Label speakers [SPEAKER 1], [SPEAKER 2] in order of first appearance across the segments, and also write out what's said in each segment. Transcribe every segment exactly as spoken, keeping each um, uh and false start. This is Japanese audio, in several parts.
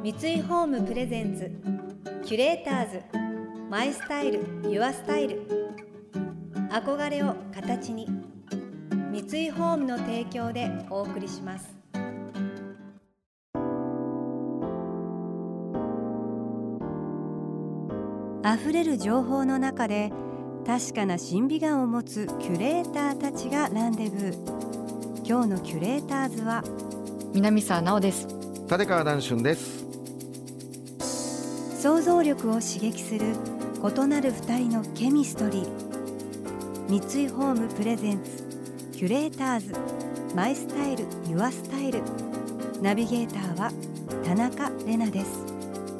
[SPEAKER 1] 三井ホームプレゼンツキュレーターズマイスタイルユアスタイル、憧れを形に、三井ホームの提供でお送りします。あふれる情報の中で確かな審美眼を持つキュレーターたちがランデブー。今日のキュレーターズは
[SPEAKER 2] 南沢奈央です。
[SPEAKER 3] 立川談春です。
[SPEAKER 1] 想像力を刺激する異なる二人のケミストリー。三井ホームプレゼンツキュレーターズマイスタイルユアスタイル、ナビゲーターは田中れなです。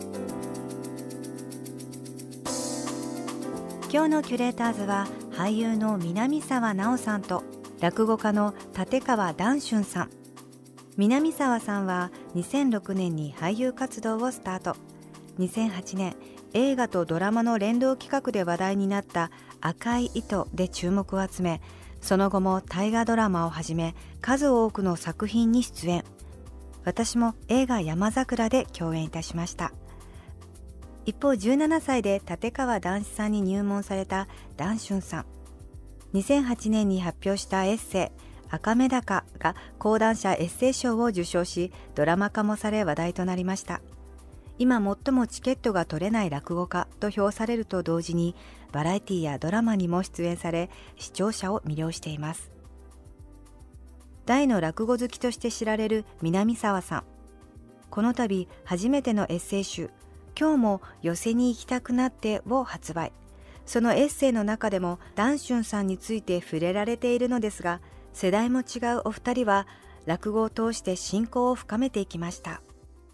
[SPEAKER 1] 今日のキュレーターズは俳優の南沢奈央さんと落語家の立川談春さん。南沢さんはにせんろくねんに俳優活動をスタート。にせんはちねん、映画とドラマの連動企画で話題になった赤い糸で注目を集め、その後も大河ドラマをはじめ数多くの作品に出演。私も映画山桜で共演いたしました。一方、じゅうななさいで立川談志さんに入門された談春さん。にせんはちねんに発表したエッセイ赤目高が講談社エッセイ賞を受賞し、ドラマ化もされ話題となりました。今最もチケットが取れない落語家と評されると同時に、バラエティやドラマにも出演され、視聴者を魅了しています。大の落語好きとして知られる南沢さん。この度初めてのエッセイ集、今日も寄席に行きたくなってを発売。そのエッセイの中でも談春さんについて触れられているのですが、世代も違うお二人は落語を通して親交を深めていきました。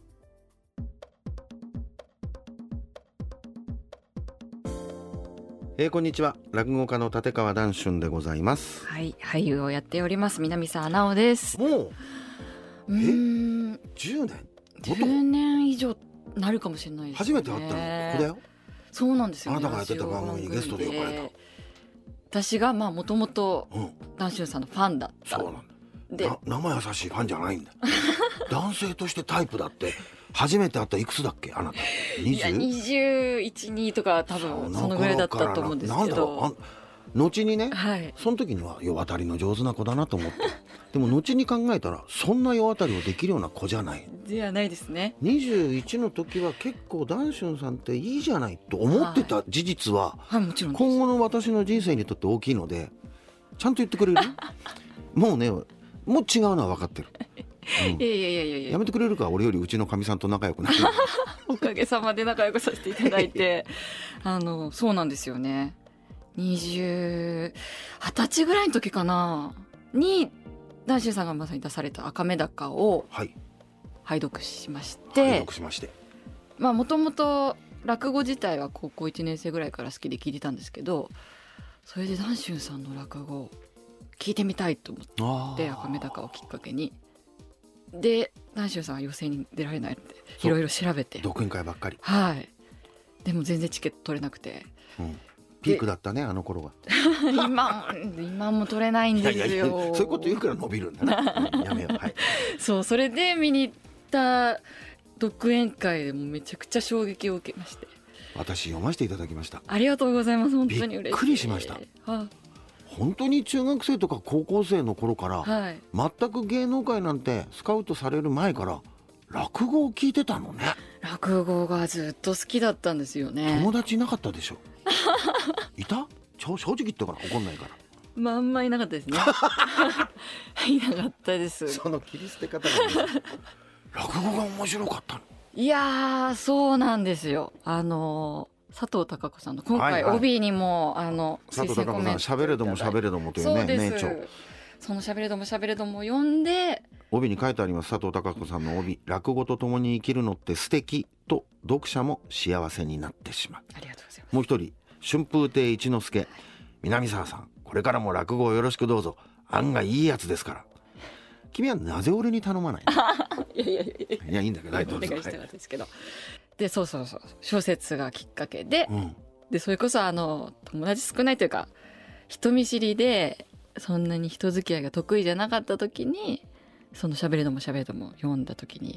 [SPEAKER 3] えー、こんにちは。落語家の立川談春でございます。
[SPEAKER 2] はい、俳優をやっております南沢奈央です。
[SPEAKER 3] もう
[SPEAKER 2] うーん
[SPEAKER 3] じゅうねん
[SPEAKER 2] じゅうねん以上なるかもしれないですね。
[SPEAKER 3] 初めて会ったのここだよ。
[SPEAKER 2] そうなんですよ、ね、
[SPEAKER 3] あなたがやってた番組にゲストで呼ばれた。
[SPEAKER 2] 私がまあもともと談春さんのファンだった、
[SPEAKER 3] そうなんだ。
[SPEAKER 2] で
[SPEAKER 3] な生優しいファンじゃないんだ男性としてタイプだって。初めて会ったいくつだっけあなた。 にじゅう?
[SPEAKER 2] にじゅういち、にとか多分そのぐらいだったと思うんですけど、
[SPEAKER 3] なんだろう、後にね、
[SPEAKER 2] はい、
[SPEAKER 3] その時には世渡りの上手な子だなと思ってでも後に考えたらそんな世渡りをできるような子じゃない。
[SPEAKER 2] ではないですね。
[SPEAKER 3] にじゅういちの時は結構談春さんっていいじゃないと思ってた事実は、
[SPEAKER 2] はいはい、もちろん
[SPEAKER 3] 今後の私の人生にとって大きいので、ちゃんと言ってくれるもうね、もう違うのは分かってる、うん、いやいやいやいややめてくれるか。俺よりうちのかみさんと仲良くなる
[SPEAKER 2] おかげさまで仲良くさせていただいてあのそうなんですよね。にじゅう、はたちぐらいの時かなに談春さんがまさに出された赤目高を拝読しまして、
[SPEAKER 3] はい、拝読しまして、
[SPEAKER 2] まあもともと落語自体は高校いちねん生ぐらいから好きで聞いてたんですけど、それで談春さんの落語を聞いてみたいと思って、赤目高をきっかけに、で談春さんは寄席に出られないのでいろいろ調べて、
[SPEAKER 3] 独演会ばっかり、
[SPEAKER 2] はい、でも全然チケット取れなくて、
[SPEAKER 3] うん、ピークだったねあの頃は
[SPEAKER 2] 今, 今も取れないんですよ。いやいや
[SPEAKER 3] そういうこと言うから伸びるんだなやめよう、はい、
[SPEAKER 2] そう、それで見に行った独演会でもめちゃくちゃ衝撃を受けまして、
[SPEAKER 3] 私読ませていただきました。
[SPEAKER 2] ありがとうございます。本当に嬉しい。
[SPEAKER 3] びっくりしました、は
[SPEAKER 2] あ、
[SPEAKER 3] 本当に中学生とか高校生の頃から、
[SPEAKER 2] はい、
[SPEAKER 3] 全く芸能界なんてスカウトされる前から落語を聞いてたのね。
[SPEAKER 2] 落語がずっと好きだったんですよね。
[SPEAKER 3] 友達いなかったでしょいた？正直言ってから怒んないから。
[SPEAKER 2] まあ、あんまいなかったですねいなかったです。
[SPEAKER 3] その切り捨て方が、ね、落語が面白かったの。
[SPEAKER 2] いやー、そうなんですよ。あの佐藤孝子さんの今回帯にも、はいはい、あの
[SPEAKER 3] 佐藤孝子さんしゃべれどもしゃべれどもというね、名著。
[SPEAKER 2] そのしゃべれどもしゃべれども読んで、
[SPEAKER 3] 帯に書いてあります。佐藤孝子さんの帯、落語とともに生きるのって素敵と読者も幸せになってしまう。
[SPEAKER 2] ありがとうございます。もう
[SPEAKER 3] 一人、春風亭一之輔、南沢さん、これからも落語をよろしくどうぞ。案外いいやつですから。君はなぜ俺に頼まないの
[SPEAKER 2] いやいやいやい
[SPEAKER 3] やいいんだけど、はい、どうぞ。
[SPEAKER 2] お願いしたかったですけど、はい、でそうそうそう小説がきっかけで、
[SPEAKER 3] うん、
[SPEAKER 2] でそれこそあの友達少ないというか人見知りでそんなに人付き合いが得意じゃなかった時にそのしゃべれどもしゃべれども読んだ時に、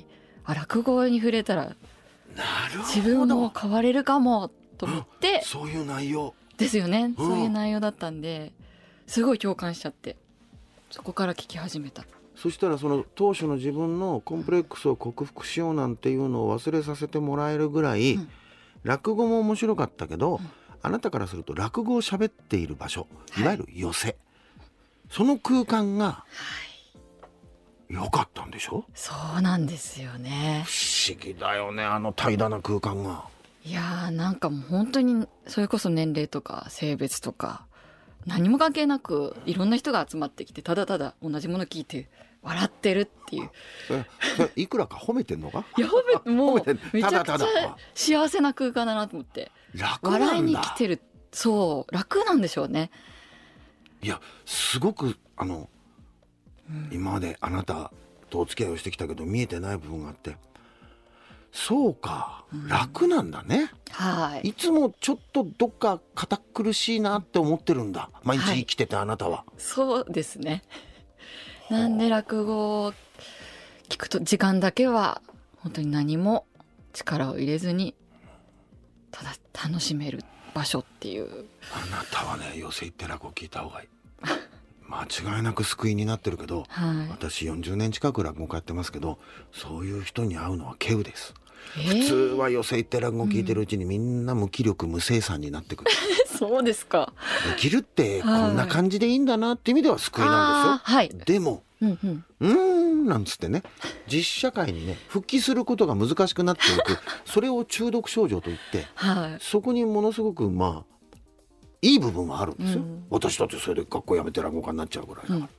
[SPEAKER 2] あ落語に触れたら
[SPEAKER 3] なるほど
[SPEAKER 2] 自分も変われるかもと思って、
[SPEAKER 3] そういう内容
[SPEAKER 2] ですよね、
[SPEAKER 3] うん、
[SPEAKER 2] そういう内容だったんですごい共感しちゃって、そこから聞き始めた。
[SPEAKER 3] そしたらその当初の自分のコンプレックスを克服しようなんていうのを忘れさせてもらえるぐらい、うん、落語も面白かったけど、うん、あなたからすると落語を喋っている場所、いわゆる寄席、はい、その空間が良かったんでしょ。
[SPEAKER 2] そうなんですよね。
[SPEAKER 3] 不思議だよね、あの平らな空間が。
[SPEAKER 2] いやーなんかもう本当にそれこそ年齢とか性別とか何も関係なくいろんな人が集まってきて、ただただ同じもの聞いて笑ってるっていう。
[SPEAKER 3] それそれいくらか褒めてんのか。
[SPEAKER 2] いや褒めもう
[SPEAKER 3] 褒めて
[SPEAKER 2] めちゃくちゃ
[SPEAKER 3] ただただ
[SPEAKER 2] 幸せな空間だなと思って。
[SPEAKER 3] 楽なんだ。
[SPEAKER 2] 笑いに来てる。そう楽なんでしょうね。
[SPEAKER 3] いやすごくあの、うん、今まであなたとお付き合いをしてきたけど見えてない部分があって、そうか、うん、楽なんだね。
[SPEAKER 2] はい。
[SPEAKER 3] いつもちょっとどっか堅苦しいなって思ってるんだ、毎日生きててあなたは、はい、
[SPEAKER 2] そうですね。なんで落語を聞くと時間だけは本当に何も力を入れずにただ楽しめる場所っていう。
[SPEAKER 3] あなたはね、寄席行って落語聞いた方がいい間違いなく救いになってるけど、はい、私よんじゅうねん近く落語家やってますけど、そういう人に会うのは稀有です、えー、普通は寄席行って落語聞いてるうちにみんな無気力無生産になってくる、
[SPEAKER 2] うん、そうですか。
[SPEAKER 3] 生きるってこんな感じでいいんだなって意味では救いなんですよ、はい、でもうんうん、うーんなんつってね、実社会にね復帰することが難しくなっていくそれを中毒症状といって、はい、そこにものすごくまあいい部分はあるんですよ、うん、私だってそれで学校辞めて落語家になっちゃうぐらいだから、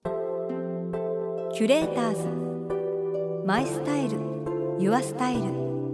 [SPEAKER 1] うん、キュレーターズマイスタイルユアスタイル。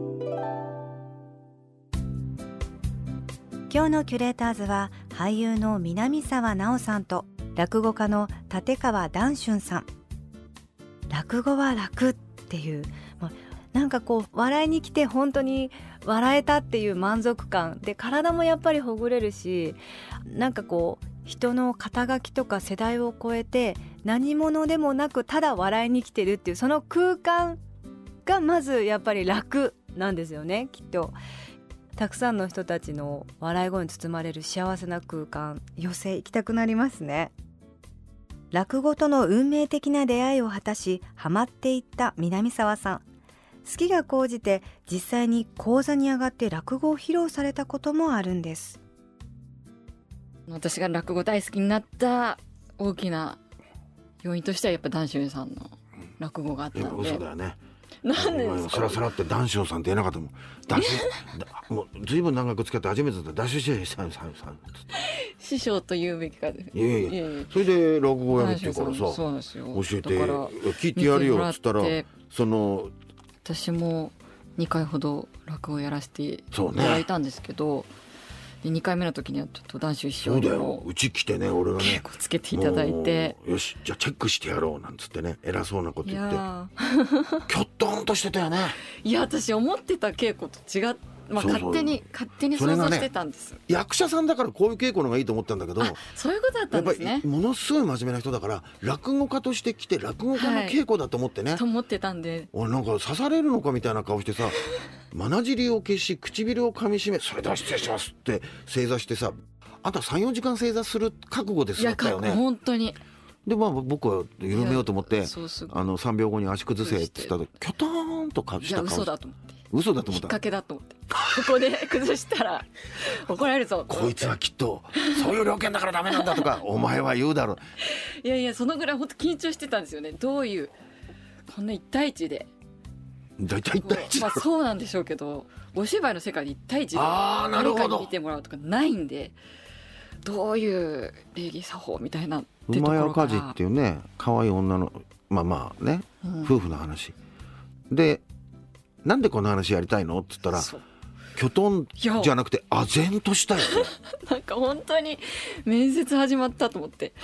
[SPEAKER 1] 今日のキュレーターズは俳優の南沢奈央さんと落語家の立川談春さん。落語は楽っていう、なんかこう笑いに来て本当に笑えたっていう満足感で、体もやっぱりほぐれるし、なんかこう人の肩書きとか世代を超えて何者でもなくただ笑いに来てるっていうその空間がまずやっぱり楽なんですよね。きっとたくさんの人たちの笑い声に包まれる幸せな空間、寄席行きたくなりますね。落語との運命的な出会いを果たしハマっていった南沢さん。好きが高じて実際に講座に上がって落語を披露されたこともあるんです。
[SPEAKER 2] 私が落語大好きになった大きな要因としてはやっぱ談春さんの落語があったんで。
[SPEAKER 3] 嘘だよね。
[SPEAKER 2] なんでですか。
[SPEAKER 3] さらさらって談春さんって言えなかったもん。談春もうずいぶん長く付き合って初めてだった談春さんさんさん
[SPEAKER 2] 師匠と言うべきかで。
[SPEAKER 3] いやいやいやいや、それで落語やるっていうからさ、
[SPEAKER 2] そうなんですよ、
[SPEAKER 3] 教えて聞いてやるよっつったら、その
[SPEAKER 2] 私もにかいほど落語をやらせていただいたんですけど、でにかいめの時にはちょっと談春師匠にも
[SPEAKER 3] うち来てね、俺がね
[SPEAKER 2] 稽古つけていただいて、
[SPEAKER 3] よしじゃあチェックしてやろうなんつってね、偉そうなこと言ってきょっとんとしてたよね。
[SPEAKER 2] いや私思ってた稽古と違って、まあ、
[SPEAKER 3] そうそう
[SPEAKER 2] 勝手に勝手に想像してたんです、
[SPEAKER 3] ね、役者さんだからこういう稽古のがいいと思ったんだけど、
[SPEAKER 2] そういうことだったんですね。
[SPEAKER 3] やっぱりものすごい真面目な人だから落語家として来て落語家の稽古だと思ってね、はい、
[SPEAKER 2] と思ってたんで、
[SPEAKER 3] 俺なんか刺されるのかみたいな顔してさまなじりを消し唇を噛みしめ、それでは失礼しますって正座してさ、あとは さんよじかん正座する覚悟で座ったよね。
[SPEAKER 2] いや本当に。
[SPEAKER 3] でまあ僕は緩めようと思ってあのさんびょうごに足崩せって言ったらキョトーンとかした顔して、
[SPEAKER 2] いや嘘だと思って
[SPEAKER 3] 嘘だと思った。
[SPEAKER 2] きっかけだと思ってここで崩したら怒られるぞ
[SPEAKER 3] こいつはきっとそういう了見だからダメなんだとかお前は言うだろう。
[SPEAKER 2] いやいやそのぐらい本当緊張してたんですよね。どういうこんないち対いちで
[SPEAKER 3] だいたいいち対いちだろ、
[SPEAKER 2] まあ、そうなんでしょうけどお芝居の世界でいち対いちで
[SPEAKER 3] 誰か
[SPEAKER 2] に見てもらうとかないんで、どういう礼儀作法みたいなってとこ
[SPEAKER 3] 馬
[SPEAKER 2] ろから
[SPEAKER 3] 谷家事っていうね可愛い女のまあまあね、うん、夫婦の話でなんでこの話やりたいのって言ったらきょとんじゃなくて唖然としたよね
[SPEAKER 2] なんか本当に面接始まったと思って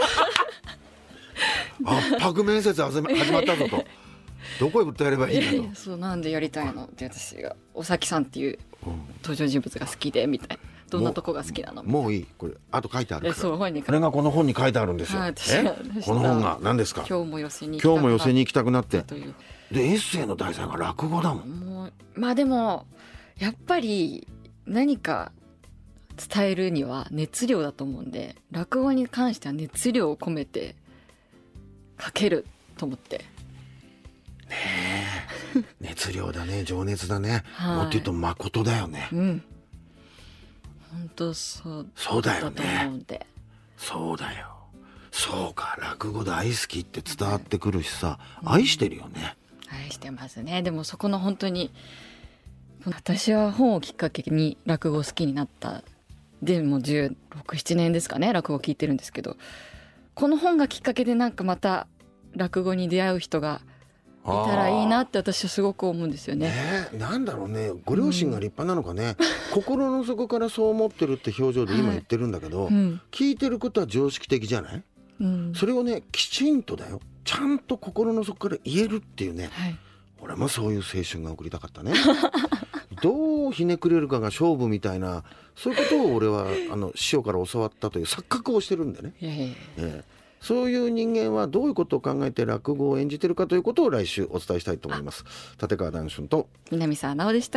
[SPEAKER 3] 圧迫面接始まったぞとどこへぶってやればいいんだと。いやいや
[SPEAKER 2] そうなんでやりたいのって私がお咲さんっていう登場人物が好きでみたいな、どんなとこが好きなの
[SPEAKER 3] もう、もういいこれあと書いてあるから、
[SPEAKER 2] そう本に
[SPEAKER 3] これがこの本に書いてあるんですよ、
[SPEAKER 2] はい、
[SPEAKER 3] えこの本が何ですか。
[SPEAKER 2] 今日も寄せに
[SPEAKER 3] 今日も寄せに行きたくなってでエッセイの題材が落語だもん。
[SPEAKER 2] もうまあでもやっぱり何か伝えるには熱量だと思うんで、落語に関しては熱量を込めて書けると思って。
[SPEAKER 3] ねえ熱量だね、情熱だね、はい、もっと言うと誠だよね。
[SPEAKER 2] うん、本当そう
[SPEAKER 3] そうだよね。
[SPEAKER 2] だと思うんで。
[SPEAKER 3] そうだよ。そうか、落語大好きって伝わってくるしさ、うん、愛してるよね。
[SPEAKER 2] 愛してますね。でもそこの本当に私は本をきっかけに落語好きになった。でもじゅうろく、ななねんですかね、落語聞いてるんですけど、この本がきっかけでなんかまた落語に出会う人がいたらいいなって私はすごく思うんですよね。
[SPEAKER 3] ね、なんだろうね、ご両親が立派なのかね、うん、心の底からそう思ってるって表情で今言ってるんだけど、はい、うん、聞いてることは常識的じゃない、うん、それをねきちんとだよ、ちゃんと心の底から言えるっていうね、はい、俺もそういう青春が送りたかったねどうひねくれるかが勝負みたいな、そういうことを俺はあの師匠から教わったという錯覚をしてるんでね、いやいやいや、えーそういう人間はどういうことを考えて落語を演じているかということを来週お伝えしたいと思います。立川談春と
[SPEAKER 2] 南沢直でした。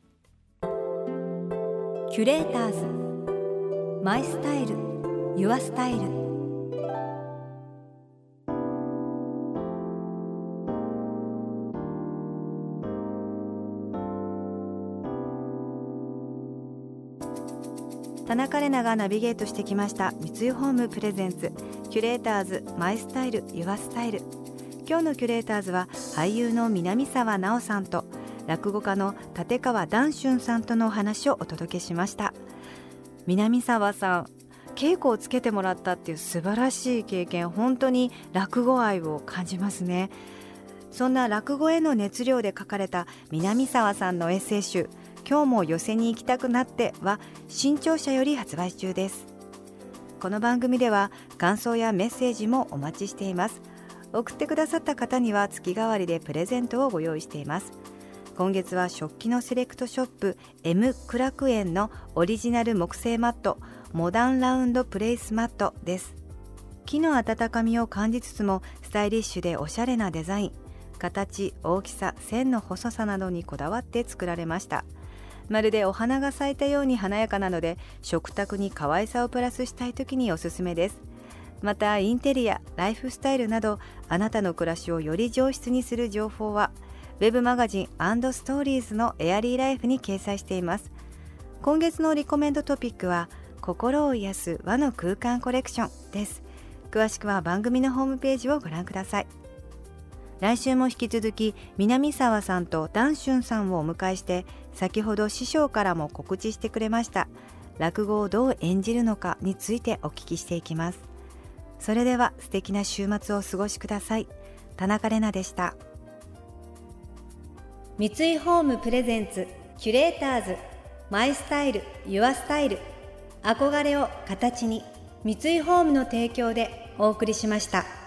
[SPEAKER 1] キュレーターズマイスタイルユアスタイル。田中れながナビゲートしてきました三井ホームプレゼンツキュレーターズマイスタイルユアスタイル。今日のキュレーターズは俳優の南沢奈央さんと落語家の立川談春さんとのお話をお届けしました。南沢さん、稽古をつけてもらったっていう素晴らしい経験、本当に落語愛を感じますね。そんな落語への熱量で書かれた南沢さんのエッセイ集、今日も寄席に行きたくなっては新潮社より発売中です。この番組では感想やメッセージもお待ちしています。送ってくださった方には月替わりでプレゼントをご用意しています。今月は食器のセレクトショップ M 苦楽園のオリジナル木製マットモダンラウンドプレイスマットです。木の温かみを感じつつもスタイリッシュでおしゃれなデザイン、形、大きさ、線の細さなどにこだわって作られました。まるでお花が咲いたように華やかなので、食卓に可愛さをプラスしたい時におすすめです。またインテリア、ライフスタイルなどあなたの暮らしをより上質にする情報はウェブマガジン&ストーリーズのエアリーライフに掲載しています。今月のリコメンドトピックは心を癒す和の空間コレクションです。詳しくは番組のホームページをご覧ください。来週も引き続き南沢さんと談春さんをお迎えして、先ほど師匠からも告知してくれました落語をどう演じるのかについてお聞きしていきます。それでは素敵な週末をお過ごしください。田中れなでした。三井ホームプレゼンツキュレーターズマイスタイルユアスタイル、憧れを形に、三井ホームの提供でお送りしました。